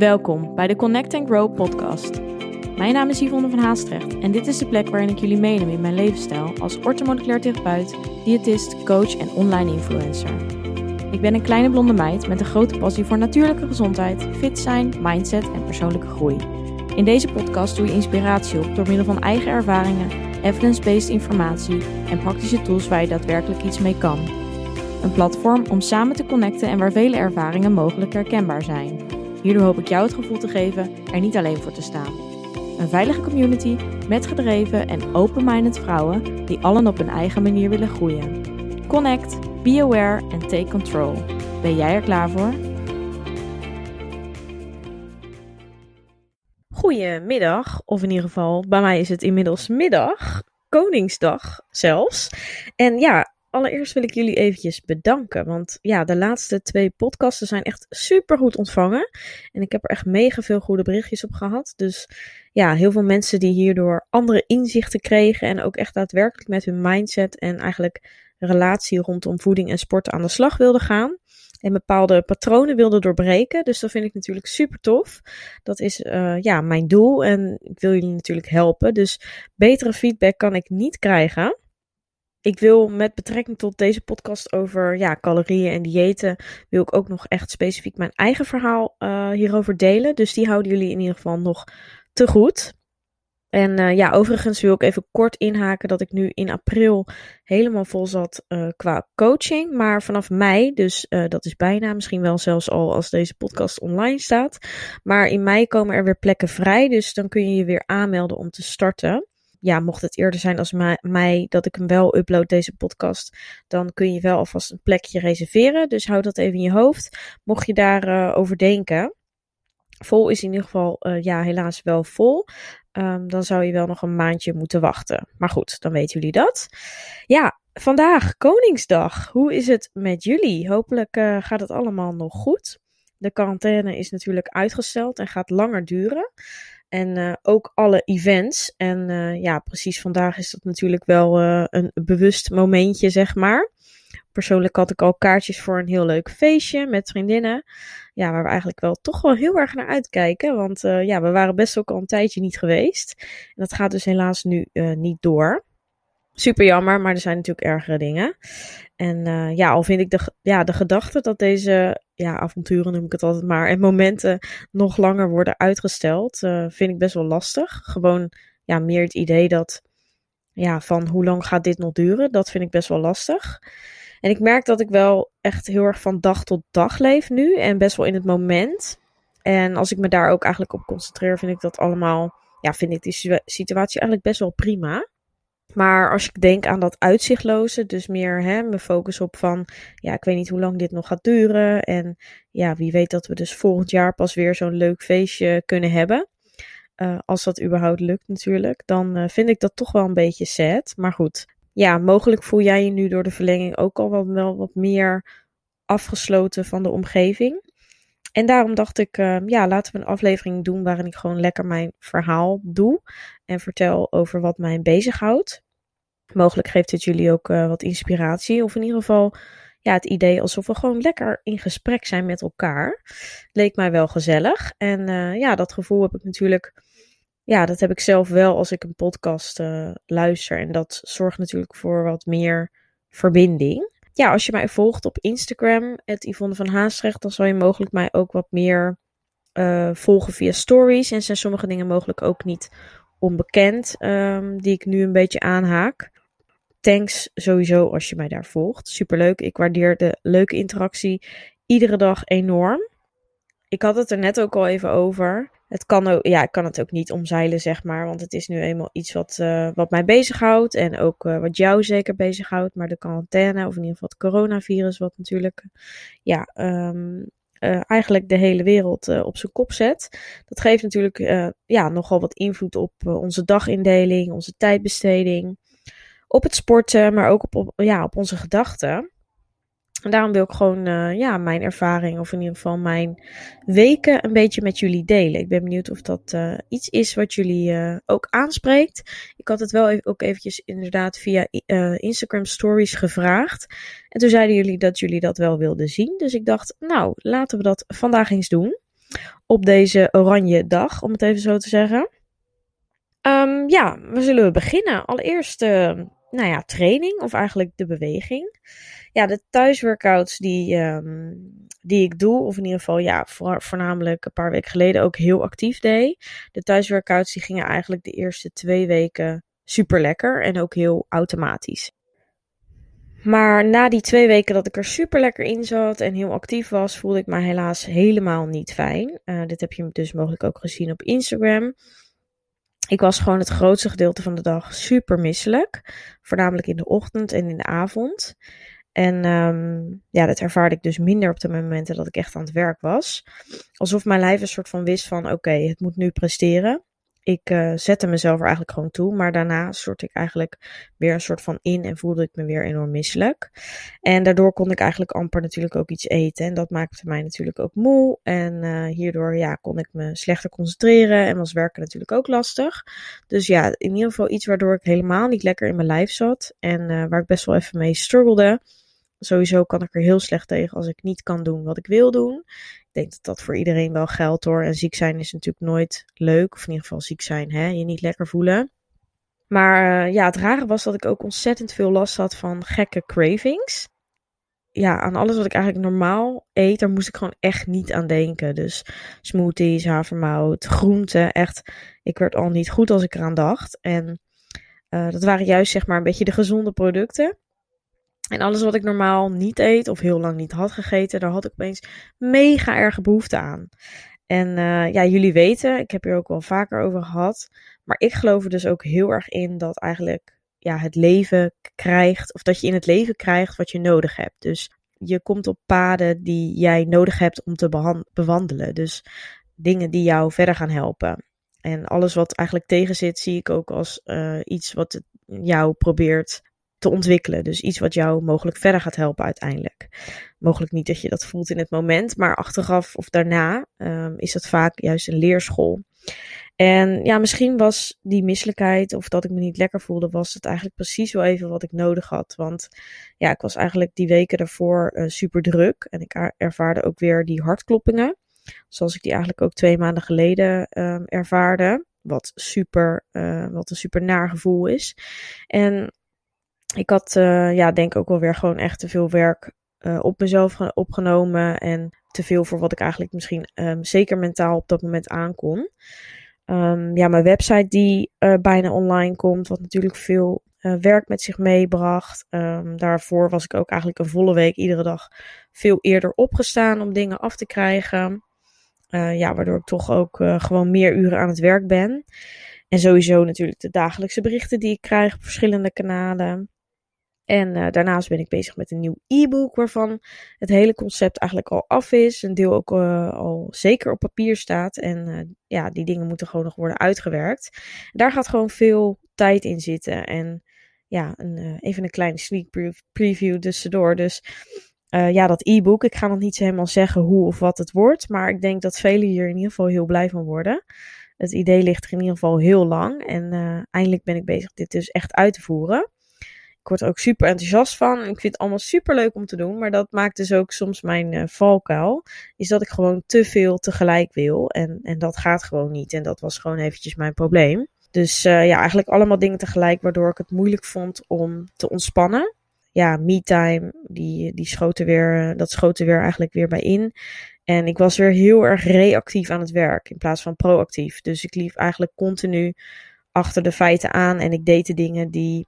Welkom bij de Connect & Grow podcast. Mijn naam is Yvonne van Haastrecht en dit is de plek waarin ik jullie meeneem in mijn levensstijl als orthomoleculair therapeut, diëtist, coach en online influencer. Ik ben een kleine blonde meid met een grote passie voor natuurlijke gezondheid, fit zijn, mindset en persoonlijke groei. In deze podcast doe je inspiratie op door middel van eigen ervaringen, evidence-based informatie en praktische tools waar je daadwerkelijk iets mee kan. Een platform om samen te connecten en waar vele ervaringen mogelijk herkenbaar zijn. Hierdoor hoop ik jou het gevoel te geven er niet alleen voor te staan. Een veilige community met gedreven en open-minded vrouwen die allen op hun eigen manier willen groeien. Connect, be aware en take control. Ben jij er klaar voor? Goedemiddag, of in ieder geval, bij mij is het inmiddels middag, Koningsdag zelfs. En ja, allereerst wil ik jullie eventjes bedanken, want ja, de laatste 2 podcasten zijn echt super goed ontvangen. En ik heb er echt mega veel goede berichtjes op gehad. Dus ja, heel veel mensen die hierdoor andere inzichten kregen en ook echt daadwerkelijk met hun mindset en eigenlijk relatie rondom voeding en sport aan de slag wilden gaan. En bepaalde patronen wilden doorbreken. Dus dat vind ik natuurlijk super tof. Dat is mijn doel en ik wil jullie natuurlijk helpen. Dus betere feedback kan ik niet krijgen. Ik wil met betrekking tot deze podcast over calorieën en diëten, wil ik ook nog echt specifiek mijn eigen verhaal hierover delen. Dus die houden jullie in ieder geval nog te goed. En overigens wil ik even kort inhaken dat ik nu in april helemaal vol zat qua coaching. Maar vanaf mei, dus dat is bijna, misschien wel zelfs al als deze podcast online staat. Maar in mei komen er weer plekken vrij, dus dan kun je je weer aanmelden om te starten. Ja, mocht het eerder zijn als mei dat ik hem wel upload, deze podcast, dan kun je wel alvast een plekje reserveren. Dus houd dat even in je hoofd, mocht je daar over denken. Vol is in ieder geval helaas wel vol. Dan zou je wel nog een maandje moeten wachten. Maar goed, dan weten jullie dat. Ja, vandaag Koningsdag. Hoe is het met jullie? Hopelijk gaat het allemaal nog goed. De quarantaine is natuurlijk uitgesteld en gaat langer duren. En ook alle events. En precies vandaag is dat natuurlijk wel een bewust momentje, zeg maar. Persoonlijk had ik al kaartjes voor een heel leuk feestje met vriendinnen. Ja, waar we eigenlijk wel toch wel heel erg naar uitkijken. Want we waren best ook al een tijdje niet geweest. En dat gaat dus helaas nu niet door. Super jammer, maar er zijn natuurlijk ergere dingen. En al vind ik de gedachte dat deze avonturen, noem ik het altijd maar, en momenten nog langer worden uitgesteld, vind ik best wel lastig. Gewoon meer het idee dat, van hoe lang gaat dit nog duren, dat vind ik best wel lastig. En ik merk dat ik wel echt heel erg van dag tot dag leef nu en best wel in het moment. En als ik me daar ook eigenlijk op concentreer, vind ik dat allemaal, vind ik die situatie eigenlijk best wel prima. Maar als ik denk aan dat uitzichtloze, dus meer mijn focus op van, ik weet niet hoe lang dit nog gaat duren. En wie weet dat we dus volgend jaar pas weer zo'n leuk feestje kunnen hebben. Als dat überhaupt lukt natuurlijk, dan vind ik dat toch wel een beetje sad. Maar goed, mogelijk voel jij je nu door de verlenging ook al wel wat meer afgesloten van de omgeving. En daarom dacht ik, laten we een aflevering doen waarin ik gewoon lekker mijn verhaal doe. En vertel over wat mij bezighoudt. Mogelijk geeft het jullie ook wat inspiratie. Of in ieder geval het idee alsof we gewoon lekker in gesprek zijn met elkaar. Leek mij wel gezellig. En dat gevoel heb ik natuurlijk. Ja, dat heb ik zelf wel als ik een podcast luister. En dat zorgt natuurlijk voor wat meer verbinding. Ja, als je mij volgt op Instagram, @Yvonne van Haastrecht, dan zal je mogelijk mij ook wat meer volgen via stories. En zijn sommige dingen mogelijk ook niet onbekend, die ik nu een beetje aanhaak. Thanks sowieso als je mij daar volgt. Superleuk, ik waardeer de leuke interactie iedere dag enorm. Ik had het er net ook al even over. Het kan ook, ik kan het ook niet omzeilen, zeg maar. Want het is nu eenmaal iets wat mij bezighoudt. En ook wat jou zeker bezighoudt. Maar de quarantaine, of in ieder geval het coronavirus, wat natuurlijk eigenlijk de hele wereld op zijn kop zet. Dat geeft natuurlijk nogal wat invloed op onze dagindeling, onze tijdbesteding. Op het sporten, maar ook op onze gedachten. En daarom wil ik gewoon mijn ervaring, of in ieder geval mijn weken, een beetje met jullie delen. Ik ben benieuwd of dat iets is wat jullie ook aanspreekt. Ik had het wel ook eventjes inderdaad via Instagram stories gevraagd. En toen zeiden jullie dat jullie dat wel wilden zien. Dus ik dacht, nou, laten we dat vandaag eens doen. op deze oranje dag, om het even zo te zeggen. Waar zullen we beginnen? Allereerst, training of eigenlijk de beweging. Ja, de thuisworkouts die ik doe, of in ieder geval voornamelijk een paar weken geleden ook heel actief deed. De thuisworkouts die gingen eigenlijk de eerste 2 weken super lekker en ook heel automatisch. Maar na die 2 weken dat ik er super lekker in zat en heel actief was, voelde ik me helaas helemaal niet fijn. Dit heb je dus mogelijk ook gezien op Instagram. Ik was gewoon het grootste gedeelte van de dag super misselijk. Voornamelijk in de ochtend en in de avond. En dat ervaarde ik dus minder op de momenten dat ik echt aan het werk was. Alsof mijn lijf een soort van wist van oké, het moet nu presteren. Ik zette mezelf er eigenlijk gewoon toe. Maar daarna soort ik eigenlijk weer een soort van in en voelde ik me weer enorm misselijk. En daardoor kon ik eigenlijk amper natuurlijk ook iets eten. En dat maakte mij natuurlijk ook moe. En hierdoor kon ik me slechter concentreren. En was werken natuurlijk ook lastig. Dus ja, in ieder geval iets waardoor ik helemaal niet lekker in mijn lijf zat. En waar ik best wel even mee struggelde. Sowieso kan ik er heel slecht tegen als ik niet kan doen wat ik wil doen. Ik denk dat dat voor iedereen wel geldt hoor. En ziek zijn is natuurlijk nooit leuk. Of in ieder geval ziek zijn, je niet lekker voelen. Maar het rare was dat ik ook ontzettend veel last had van gekke cravings. Ja, aan alles wat ik eigenlijk normaal eet, daar moest ik gewoon echt niet aan denken. Dus smoothies, havermout, groenten, echt. Ik werd al niet goed als ik eraan dacht. En dat waren juist zeg maar een beetje de gezonde producten. En alles wat ik normaal niet eet of heel lang niet had gegeten, daar had ik opeens mega erge behoefte aan. En jullie weten, ik heb hier ook wel vaker over gehad, maar ik geloof er dus ook heel erg in dat eigenlijk het leven krijgt, of dat je in het leven krijgt wat je nodig hebt. Dus je komt op paden die jij nodig hebt om te bewandelen. Dus dingen die jou verder gaan helpen. En alles wat eigenlijk tegen zit, zie ik ook als iets wat jou probeert te ontwikkelen. Dus iets wat jou mogelijk verder gaat helpen uiteindelijk. Mogelijk niet dat je dat voelt in het moment, maar achteraf of daarna is dat vaak juist een leerschool. En misschien was die misselijkheid of dat ik me niet lekker voelde, was het eigenlijk precies wel even wat ik nodig had. Want ik was eigenlijk die weken daarvoor super druk en ik ervaarde ook weer die hartkloppingen. Zoals ik die eigenlijk ook 2 maanden geleden ervaarde. Wat een super naar gevoel is. En ik had denk ik ook wel weer gewoon echt te veel werk op mezelf opgenomen. En te veel voor wat ik eigenlijk misschien zeker mentaal op dat moment aankon. Mijn website die bijna online komt. Wat natuurlijk veel werk met zich meebracht. Daarvoor was ik ook eigenlijk een volle week iedere dag veel eerder opgestaan om dingen af te krijgen. Waardoor ik toch ook gewoon meer uren aan het werk ben. En sowieso natuurlijk de dagelijkse berichten die ik krijg op verschillende kanalen. En daarnaast ben ik bezig met een nieuw e-book waarvan het hele concept eigenlijk al af is. Een deel ook al zeker op papier staat. En die dingen moeten gewoon nog worden uitgewerkt. Daar gaat gewoon veel tijd in zitten. En even een kleine sneak preview tussendoor. Dus dat e-book, ik ga nog niet helemaal zeggen hoe of wat het wordt. Maar ik denk dat velen hier in ieder geval heel blij van worden. Het idee ligt er in ieder geval heel lang. En eindelijk ben ik bezig dit dus echt uit te voeren. Ik word er ook super enthousiast van. Ik vind het allemaal super leuk om te doen. Maar dat maakt dus ook soms mijn valkuil. Is dat ik gewoon te veel tegelijk wil. En dat gaat gewoon niet. En dat was gewoon eventjes mijn probleem. Dus eigenlijk allemaal dingen tegelijk. Waardoor ik het moeilijk vond om te ontspannen. Ja, me-time. Dat schoot er weer eigenlijk weer bij in. En ik was weer heel erg reactief aan het werk. In plaats van proactief. Dus ik liep eigenlijk continu achter de feiten aan. En ik deed de dingen die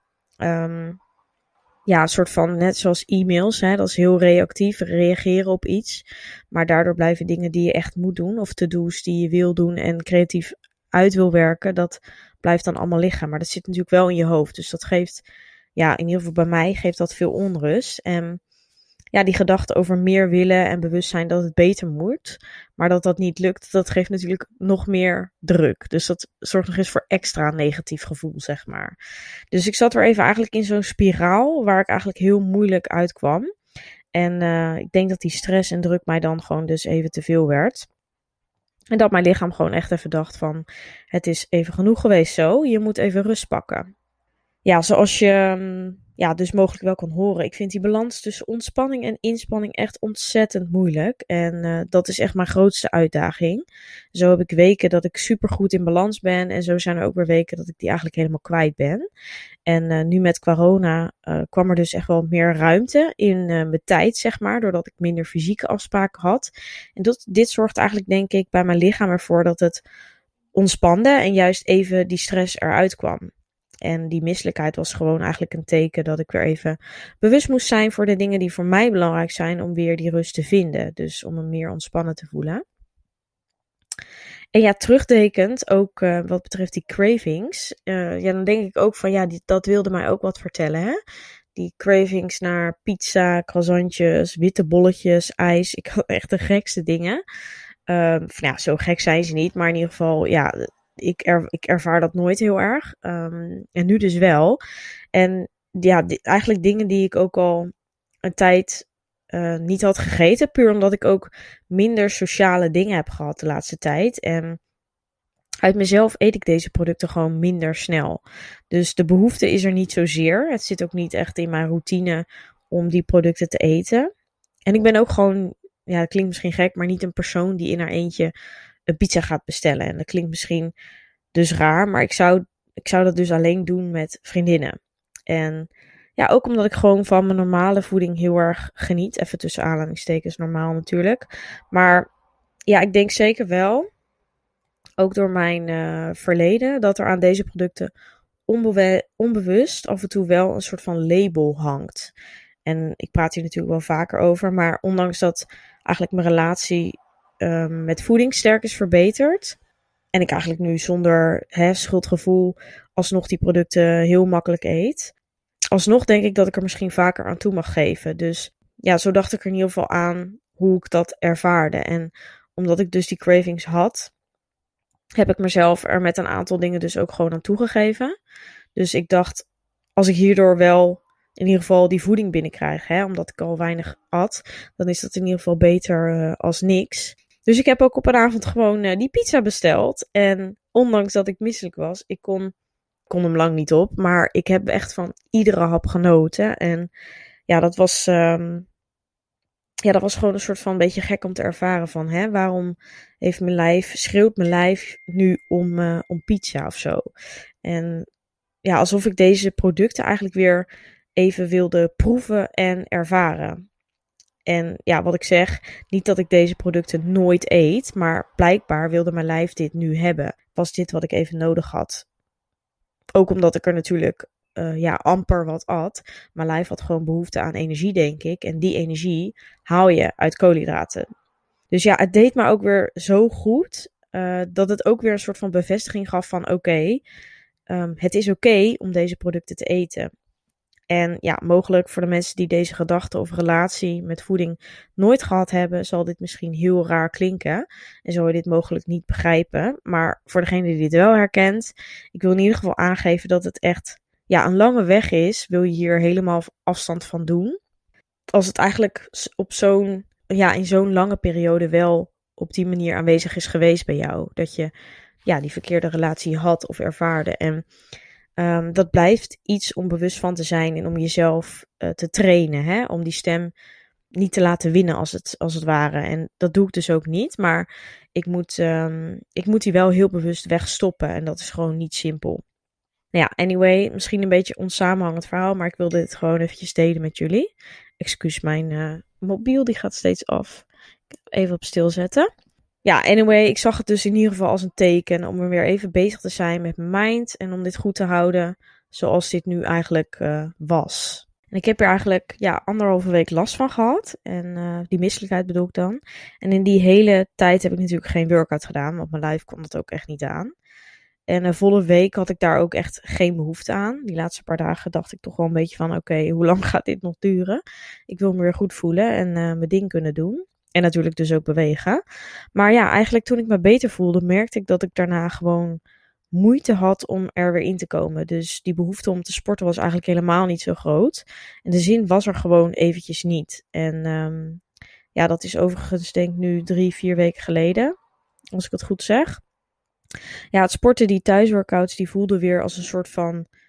een soort van net zoals e-mails. Dat is heel reactief, reageren op iets. Maar daardoor blijven dingen die je echt moet doen. Of to-do's die je wil doen en creatief uit wil werken. Dat blijft dan allemaal liggen. Maar dat zit natuurlijk wel in je hoofd. Dus dat geeft, in ieder geval bij mij, geeft dat veel onrust. En die gedachte over meer willen en bewustzijn dat het beter moet. Maar dat dat niet lukt, dat geeft natuurlijk nog meer druk. Dus dat zorgt nog eens voor extra negatief gevoel, zeg maar. Dus ik zat weer even eigenlijk in zo'n spiraal waar ik eigenlijk heel moeilijk uitkwam. En ik denk dat die stress en druk mij dan gewoon dus even te veel werd. En dat mijn lichaam gewoon echt even dacht van, het is even genoeg geweest zo. Je moet even rust pakken. Ja, zoals je dus mogelijk wel kan horen. Ik vind die balans tussen ontspanning en inspanning echt ontzettend moeilijk. En dat is echt mijn grootste uitdaging. Zo heb ik weken dat ik supergoed in balans ben. En zo zijn er ook weer weken dat ik die eigenlijk helemaal kwijt ben. En nu met corona kwam er dus echt wel meer ruimte in mijn tijd, zeg maar. Doordat ik minder fysieke afspraken had. En dit zorgt eigenlijk, denk ik, bij mijn lichaam ervoor dat het ontspande. En juist even die stress eruit kwam. En die misselijkheid was gewoon eigenlijk een teken dat ik weer even bewust moest zijn voor de dingen die voor mij belangrijk zijn om weer die rust te vinden. Dus om me meer ontspannen te voelen. En ja, terugdenkend, ook wat betreft die cravings. Dan denk ik ook van dat wilde mij ook wat vertellen. Hè? Die cravings naar pizza, croissantjes, witte bolletjes, ijs. Ik had echt de gekste dingen. Zo gek zijn ze niet, maar in ieder geval, ik ervaar dat nooit heel erg. En nu dus wel. En ja, eigenlijk dingen die ik ook al een tijd niet had gegeten. Puur omdat ik ook minder sociale dingen heb gehad de laatste tijd. En uit mezelf eet ik deze producten gewoon minder snel. Dus de behoefte is er niet zozeer. Het zit ook niet echt in mijn routine om die producten te eten. En ik ben ook gewoon, dat klinkt misschien gek, maar niet een persoon die in haar eentje een pizza gaat bestellen. En dat klinkt misschien dus raar, maar ik zou dat dus alleen doen met vriendinnen. En ja, ook omdat ik gewoon van mijn normale voeding heel erg geniet. Even tussen aanhalingstekens normaal natuurlijk. Maar ja, ik denk zeker wel, ook door mijn verleden, dat er aan deze producten onbewust af en toe wel een soort van label hangt. En ik praat hier natuurlijk wel vaker over, maar ondanks dat eigenlijk mijn relatie met voeding sterk is verbeterd, en ik eigenlijk nu zonder schuldgevoel alsnog die producten heel makkelijk eet, alsnog denk ik dat ik er misschien vaker aan toe mag geven. Dus ja, zo dacht ik er in ieder geval aan hoe ik dat ervaarde. En omdat ik dus die cravings had, heb ik mezelf er met een aantal dingen dus ook gewoon aan toegegeven. Dus ik dacht, als ik hierdoor wel in ieder geval die voeding binnenkrijg, omdat ik al weinig at, dan is dat in ieder geval beter als niks. Dus ik heb ook op een avond gewoon die pizza besteld. En ondanks dat ik misselijk was, ik kon hem lang niet op. Maar ik heb echt van iedere hap genoten. En ja, dat was gewoon een soort van beetje gek om te ervaren van, waarom schreeuwt mijn lijf nu om pizza of zo. En ja, alsof ik deze producten eigenlijk weer even wilde proeven en ervaren. En ja, wat ik zeg, niet dat ik deze producten nooit eet, maar blijkbaar wilde mijn lijf dit nu hebben. Was dit wat ik even nodig had? Ook omdat ik er natuurlijk amper wat at. Mijn lijf had gewoon behoefte aan energie, denk ik. En die energie haal je uit koolhydraten. Dus ja, het deed me ook weer zo goed dat het ook weer een soort van bevestiging gaf van oké, het is oké om deze producten te eten. En ja, mogelijk voor de mensen die deze gedachte of relatie met voeding nooit gehad hebben, zal dit misschien heel raar klinken. En zal je dit mogelijk niet begrijpen. Maar voor degene die dit wel herkent, ik wil in ieder geval aangeven dat het echt een lange weg is. Wil je hier helemaal afstand van doen? Als het eigenlijk in zo'n lange periode wel op die manier aanwezig is geweest bij jou. Dat je die verkeerde relatie had of ervaarde. En dat blijft iets om bewust van te zijn en om jezelf te trainen. Om die stem niet te laten winnen als het ware. En dat doe ik dus ook niet. Maar ik moet die wel heel bewust wegstoppen. En dat is gewoon niet simpel. Nou ja, anyway, misschien een beetje onsamenhangend verhaal. Maar ik wilde dit gewoon eventjes delen met jullie. Excuus, mijn mobiel die gaat steeds af. Even op stil zetten. Ja, anyway, ik zag het dus in ieder geval als een teken om er weer even bezig te zijn met mijn mind en om dit goed te houden zoals dit nu eigenlijk was. En ik heb er eigenlijk 1,5 week last van gehad en die misselijkheid bedoel ik dan. En in die hele tijd heb ik natuurlijk geen workout gedaan, want mijn lijf kon dat ook echt niet aan. En een volle week had ik daar ook echt geen behoefte aan. Die laatste paar dagen dacht ik toch wel een beetje van oké, hoe lang gaat dit nog duren? Ik wil me weer goed voelen en mijn ding kunnen doen. En natuurlijk dus ook bewegen. Maar ja, eigenlijk toen ik me beter voelde, merkte ik dat ik daarna gewoon moeite had om er weer in te komen. Dus die behoefte om te sporten was eigenlijk helemaal niet zo groot. En de zin was er gewoon eventjes niet. En dat is overigens denk ik nu 3-4 weken geleden. Als ik het goed zeg. Ja, het sporten, die thuisworkouts, die voelden weer als een soort van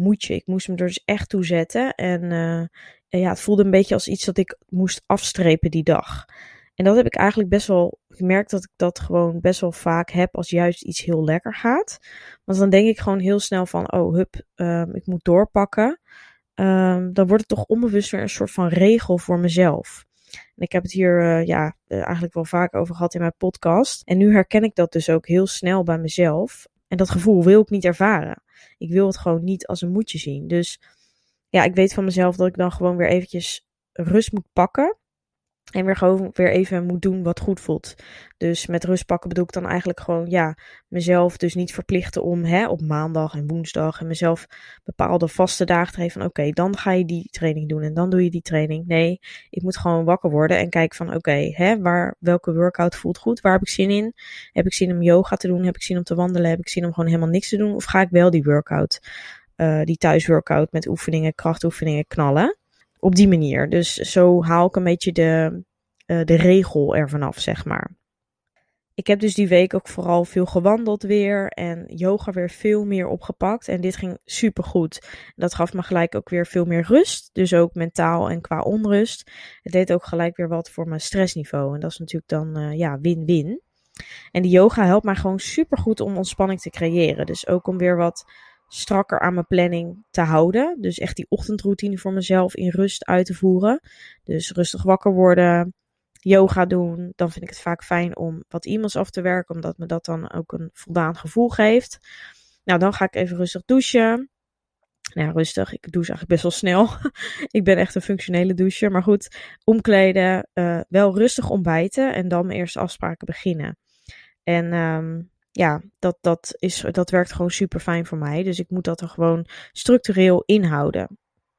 moedje. Ik moest me er dus echt toe zetten. En ja, het voelde een beetje als iets dat ik moest afstrepen die dag. En dat heb ik eigenlijk best wel gemerkt dat ik dat gewoon best wel vaak heb als juist iets heel lekker gaat. Want dan denk ik gewoon heel snel van, oh hup, ik moet doorpakken. Dan wordt het toch onbewust weer een soort van regel voor mezelf. En ik heb het hier eigenlijk wel vaak over gehad in mijn podcast. En nu herken ik dat dus ook heel snel bij mezelf. En dat gevoel wil ik niet ervaren. Ik wil het gewoon niet als een moedje zien. Dus ja, ik weet van mezelf dat ik dan gewoon weer eventjes rust moet pakken. En weer even moet doen wat goed voelt. Dus met rust pakken bedoel ik dan eigenlijk gewoon, mezelf dus niet verplichten om op maandag en woensdag en mezelf bepaalde vaste dagen te geven van oké, dan ga je die training doen en dan doe je die training. Nee, ik moet gewoon wakker worden en kijken van oké, welke workout voelt goed? Waar heb ik zin in? Heb ik zin om yoga te doen? Heb ik zin om te wandelen? Heb ik zin om gewoon helemaal niks te doen? Of ga ik wel die workout, die thuisworkout met oefeningen, krachtoefeningen knallen? Op die manier. Dus zo haal ik een beetje de regel ervan af, zeg maar. Ik heb dus die week ook vooral veel gewandeld weer en yoga weer veel meer opgepakt. En dit ging super goed. Dat gaf me gelijk ook weer veel meer rust. Dus ook mentaal en qua onrust. Het deed ook gelijk weer wat voor mijn stressniveau. En dat is natuurlijk dan win-win. En die yoga helpt mij gewoon super goed om ontspanning te creëren. Dus ook om weer wat strakker aan mijn planning te houden. Dus echt die ochtendroutine voor mezelf in rust uit te voeren. Dus rustig wakker worden, yoga doen. Dan vind ik het vaak fijn om wat e-mails af te werken, omdat me dat dan ook een voldaan gevoel geeft. Nou, dan ga ik even rustig douchen. Nou ja, rustig. Ik douche eigenlijk best wel snel. Ik ben echt een functionele doucher. Maar goed, omkleden, wel rustig ontbijten en dan mijn eerste afspraken beginnen. En dat werkt gewoon super fijn voor mij. Dus ik moet dat er gewoon structureel inhouden.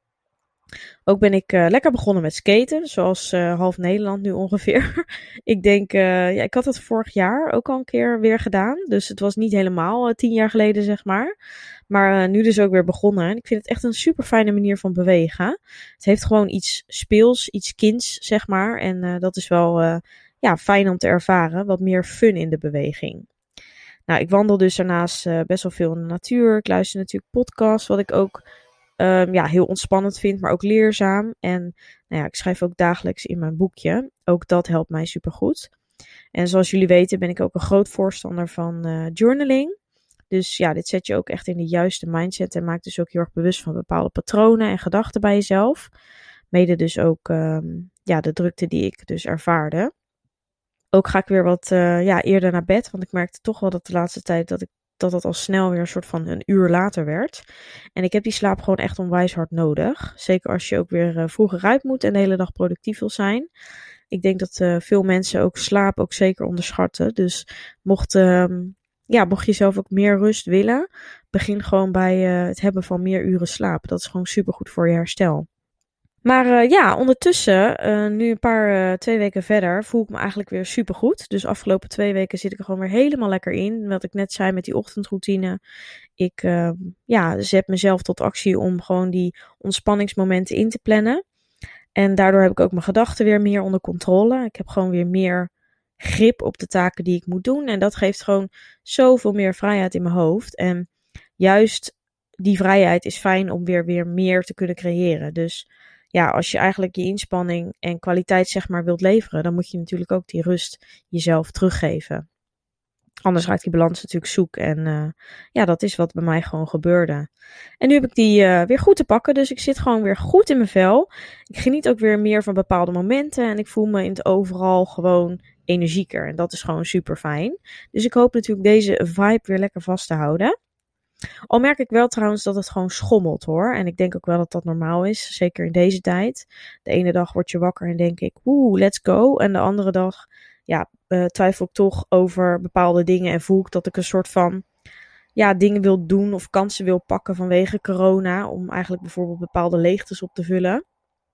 Ook ben ik lekker begonnen met skaten, zoals half Nederland nu ongeveer. Ik denk, ik had het vorig jaar ook al een keer weer gedaan. Dus het was niet helemaal 10 jaar geleden, zeg maar. Maar nu dus ook weer begonnen. En ik vind het echt een super fijne manier van bewegen. Het heeft gewoon iets speels, iets kinds, zeg maar. En dat is wel fijn om te ervaren. Wat meer fun in de beweging. Nou, ik wandel dus daarnaast best wel veel in de natuur. Ik luister natuurlijk podcasts, wat ik ook heel ontspannend vind, maar ook leerzaam. En ik schrijf ook dagelijks in mijn boekje. Ook dat helpt mij supergoed. En zoals jullie weten ben ik ook een groot voorstander van journaling. Dus ja, dit zet je ook echt in de juiste mindset en maakt dus ook heel erg bewust van bepaalde patronen en gedachten bij jezelf. Mede dus ook de drukte die ik dus ervaarde. Ook ga ik weer wat eerder naar bed, want ik merkte toch wel dat de laatste tijd dat al snel weer een soort van een uur later werd. En ik heb die slaap gewoon echt onwijs hard nodig. Zeker als je ook weer vroeger uit moet en de hele dag productief wil zijn. Ik denk dat veel mensen ook slaap ook zeker onderschatten. Dus mocht je zelf ook meer rust willen, begin gewoon bij het hebben van meer uren slaap. Dat is gewoon super goed voor je herstel. Maar ondertussen, nu 2 weken verder, voel ik me eigenlijk weer supergoed. Dus afgelopen 2 weken zit ik er gewoon weer helemaal lekker in. Wat ik net zei met die ochtendroutine. Ik zet mezelf tot actie om gewoon die ontspanningsmomenten in te plannen. En daardoor heb ik ook mijn gedachten weer meer onder controle. Ik heb gewoon weer meer grip op de taken die ik moet doen. En dat geeft gewoon zoveel meer vrijheid in mijn hoofd. En juist die vrijheid is fijn om weer meer te kunnen creëren. Dus ja, als je eigenlijk je inspanning en kwaliteit zeg maar wilt leveren, dan moet je natuurlijk ook die rust jezelf teruggeven. Anders raakt die balans natuurlijk zoek en dat is wat bij mij gewoon gebeurde. En nu heb ik die weer goed te pakken, dus ik zit gewoon weer goed in mijn vel. Ik geniet ook weer meer van bepaalde momenten en ik voel me in het overal gewoon energieker. En dat is gewoon super fijn. Dus ik hoop natuurlijk deze vibe weer lekker vast te houden. Al merk ik wel trouwens dat het gewoon schommelt hoor. En ik denk ook wel dat dat normaal is. Zeker in deze tijd. De ene dag word je wakker en denk ik, let's go. En de andere dag, twijfel ik toch over bepaalde dingen. En voel ik dat ik een soort van, dingen wil doen of kansen wil pakken vanwege corona. Om eigenlijk bijvoorbeeld bepaalde leegtes op te vullen.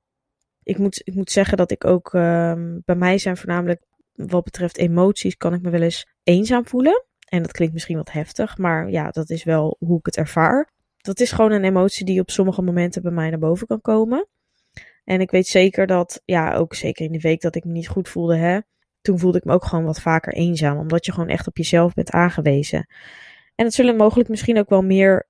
Ik moet zeggen dat ik ook, bij mij zijn voornamelijk wat betreft emoties, kan ik me wel eens eenzaam voelen. En dat klinkt misschien wat heftig, maar ja, dat is wel hoe ik het ervaar. Dat is gewoon een emotie die op sommige momenten bij mij naar boven kan komen. En ik weet zeker dat, ook zeker in de week dat ik me niet goed voelde, toen voelde ik me ook gewoon wat vaker eenzaam. Omdat je gewoon echt op jezelf bent aangewezen. En het zullen mogelijk misschien ook wel meer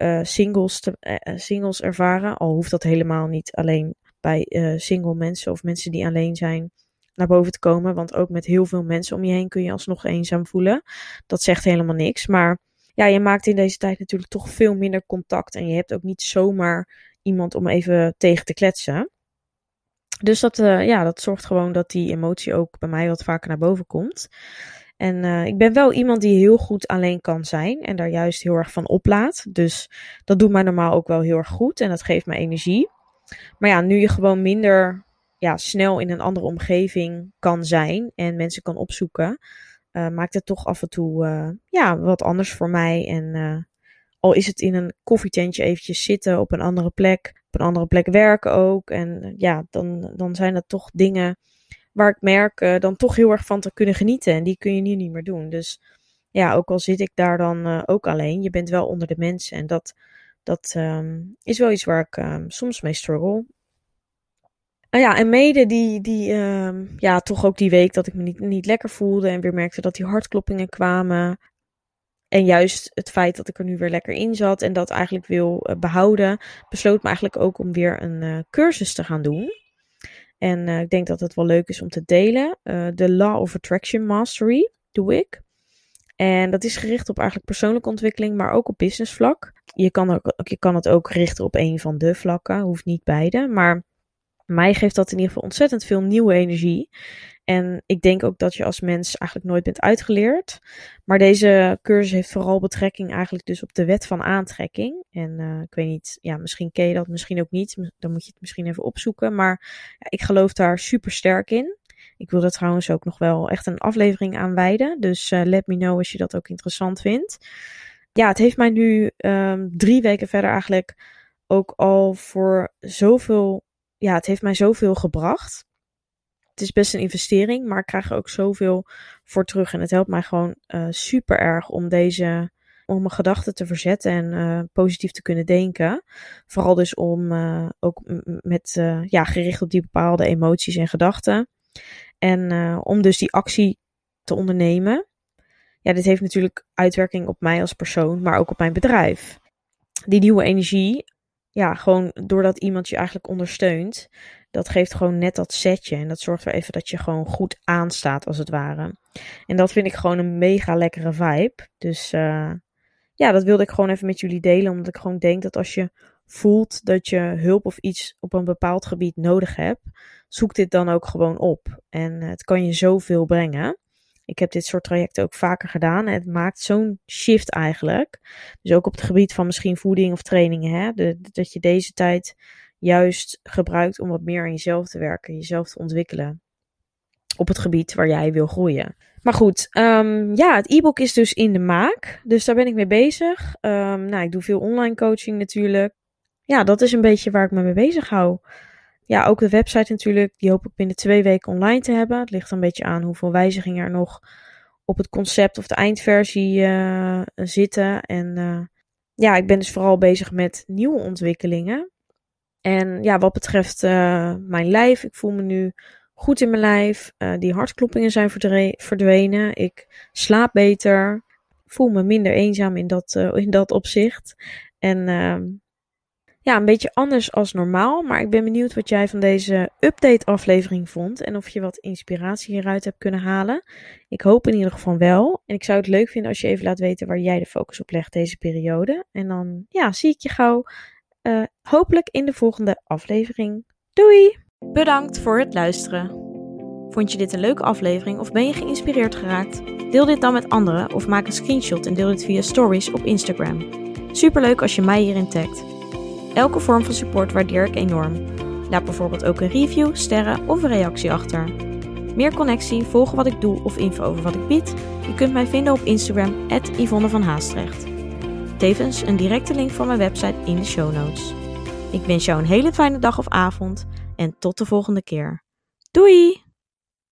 singles ervaren. Al hoeft dat helemaal niet alleen bij single mensen of mensen die alleen zijn naar boven te komen. Want ook met heel veel mensen om je heen kun je alsnog eenzaam voelen. Dat zegt helemaal niks. Maar ja, je maakt in deze tijd natuurlijk toch veel minder contact. En je hebt ook niet zomaar iemand om even tegen te kletsen. Dus dat zorgt gewoon dat die emotie ook bij mij wat vaker naar boven komt. En ik ben wel iemand die heel goed alleen kan zijn en daar juist heel erg van oplaat. Dus dat doet mij normaal ook wel heel erg goed en dat geeft me energie. Maar ja, nu je gewoon minder snel in een andere omgeving kan zijn en mensen kan opzoeken, maakt het toch af en toe wat anders voor mij. En al is het in een koffietentje eventjes zitten op een andere plek werken ook. En dan zijn dat toch dingen waar ik merk dan toch heel erg van te kunnen genieten. En die kun je nu niet meer doen. Dus ja, ook al zit ik daar dan ook alleen, je bent wel onder de mensen. En dat is wel iets waar ik soms mee struggle. En mede toch ook die week dat ik me niet lekker voelde en weer merkte dat die hartkloppingen kwamen. En juist het feit dat ik er nu weer lekker in zat en dat eigenlijk wil behouden, besloot me eigenlijk ook om weer een cursus te gaan doen. En ik denk dat het wel leuk is om te delen. De Law of Attraction Mastery doe ik. En dat is gericht op eigenlijk persoonlijke ontwikkeling, maar ook op business vlak. Je kan het ook richten op een van de vlakken, hoeft niet beide. Maar mij geeft dat in ieder geval ontzettend veel nieuwe energie. En ik denk ook dat je als mens eigenlijk nooit bent uitgeleerd. Maar deze cursus heeft vooral betrekking eigenlijk dus op de wet van aantrekking. En ik weet niet, misschien ken je dat, misschien ook niet. Dan moet je het misschien even opzoeken. Maar ik geloof daar super sterk in. Ik wil er trouwens ook nog wel echt een aflevering aan wijden. Dus let me know als je dat ook interessant vindt. Ja, het heeft mij nu 3 weken verder eigenlijk ook al voor zoveel. Ja, het heeft mij zoveel gebracht. Het is best een investering, maar ik krijg er ook zoveel voor terug. En het helpt mij gewoon super erg om mijn gedachten te verzetten en positief te kunnen denken. Vooral dus om ook gericht op die bepaalde emoties en gedachten. En om dus die actie te ondernemen. Ja, dit heeft natuurlijk uitwerking op mij als persoon, maar ook op mijn bedrijf. Die nieuwe energie, gewoon doordat iemand je eigenlijk ondersteunt, dat geeft gewoon net dat setje. En dat zorgt er even dat je gewoon goed aanstaat, als het ware. En dat vind ik gewoon een mega lekkere vibe. Dus dat wilde ik gewoon even met jullie delen. Omdat ik gewoon denk dat als je voelt dat je hulp of iets op een bepaald gebied nodig hebt, zoek dit dan ook gewoon op. En het kan je zoveel brengen. Ik heb dit soort trajecten ook vaker gedaan. En het maakt zo'n shift eigenlijk. Dus ook op het gebied van misschien voeding of trainingen. Hè? Dat je deze tijd juist gebruikt om wat meer aan jezelf te werken. Jezelf te ontwikkelen. Op het gebied waar jij wil groeien. Maar goed, het e-book is dus in de maak. Dus daar ben ik mee bezig. Ik doe veel online coaching natuurlijk. Ja, dat is een beetje waar ik me mee bezig hou. Ja, ook de website natuurlijk. Die hoop ik binnen 2 weken online te hebben. Het ligt een beetje aan hoeveel wijzigingen er nog op het concept of de eindversie zitten. En ik ben dus vooral bezig met nieuwe ontwikkelingen. En wat betreft mijn lijf, ik voel me nu goed in mijn lijf. Die hartkloppingen zijn verdwenen. Ik slaap beter. Voel me minder eenzaam in dat opzicht. En een beetje anders als normaal. Maar ik ben benieuwd wat jij van deze update-aflevering vond. En of je wat inspiratie hieruit hebt kunnen halen. Ik hoop in ieder geval wel. En ik zou het leuk vinden als je even laat weten waar jij de focus op legt deze periode. En dan zie ik je gauw. Hopelijk in de volgende aflevering. Doei! Bedankt voor het luisteren. Vond je dit een leuke aflevering of ben je geïnspireerd geraakt? Deel dit dan met anderen of maak een screenshot en deel dit via stories op Instagram. Superleuk als je mij hierin tagt. Elke vorm van support waardeer ik enorm. Laat bijvoorbeeld ook een review, sterren of een reactie achter. Meer connectie, volgen wat ik doe of info over wat ik bied? Je kunt mij vinden op Instagram @Yvonne van Haastrecht. Tevens een directe link van mijn website in de show notes. Ik wens jou een hele fijne dag of avond en tot de volgende keer. Doei!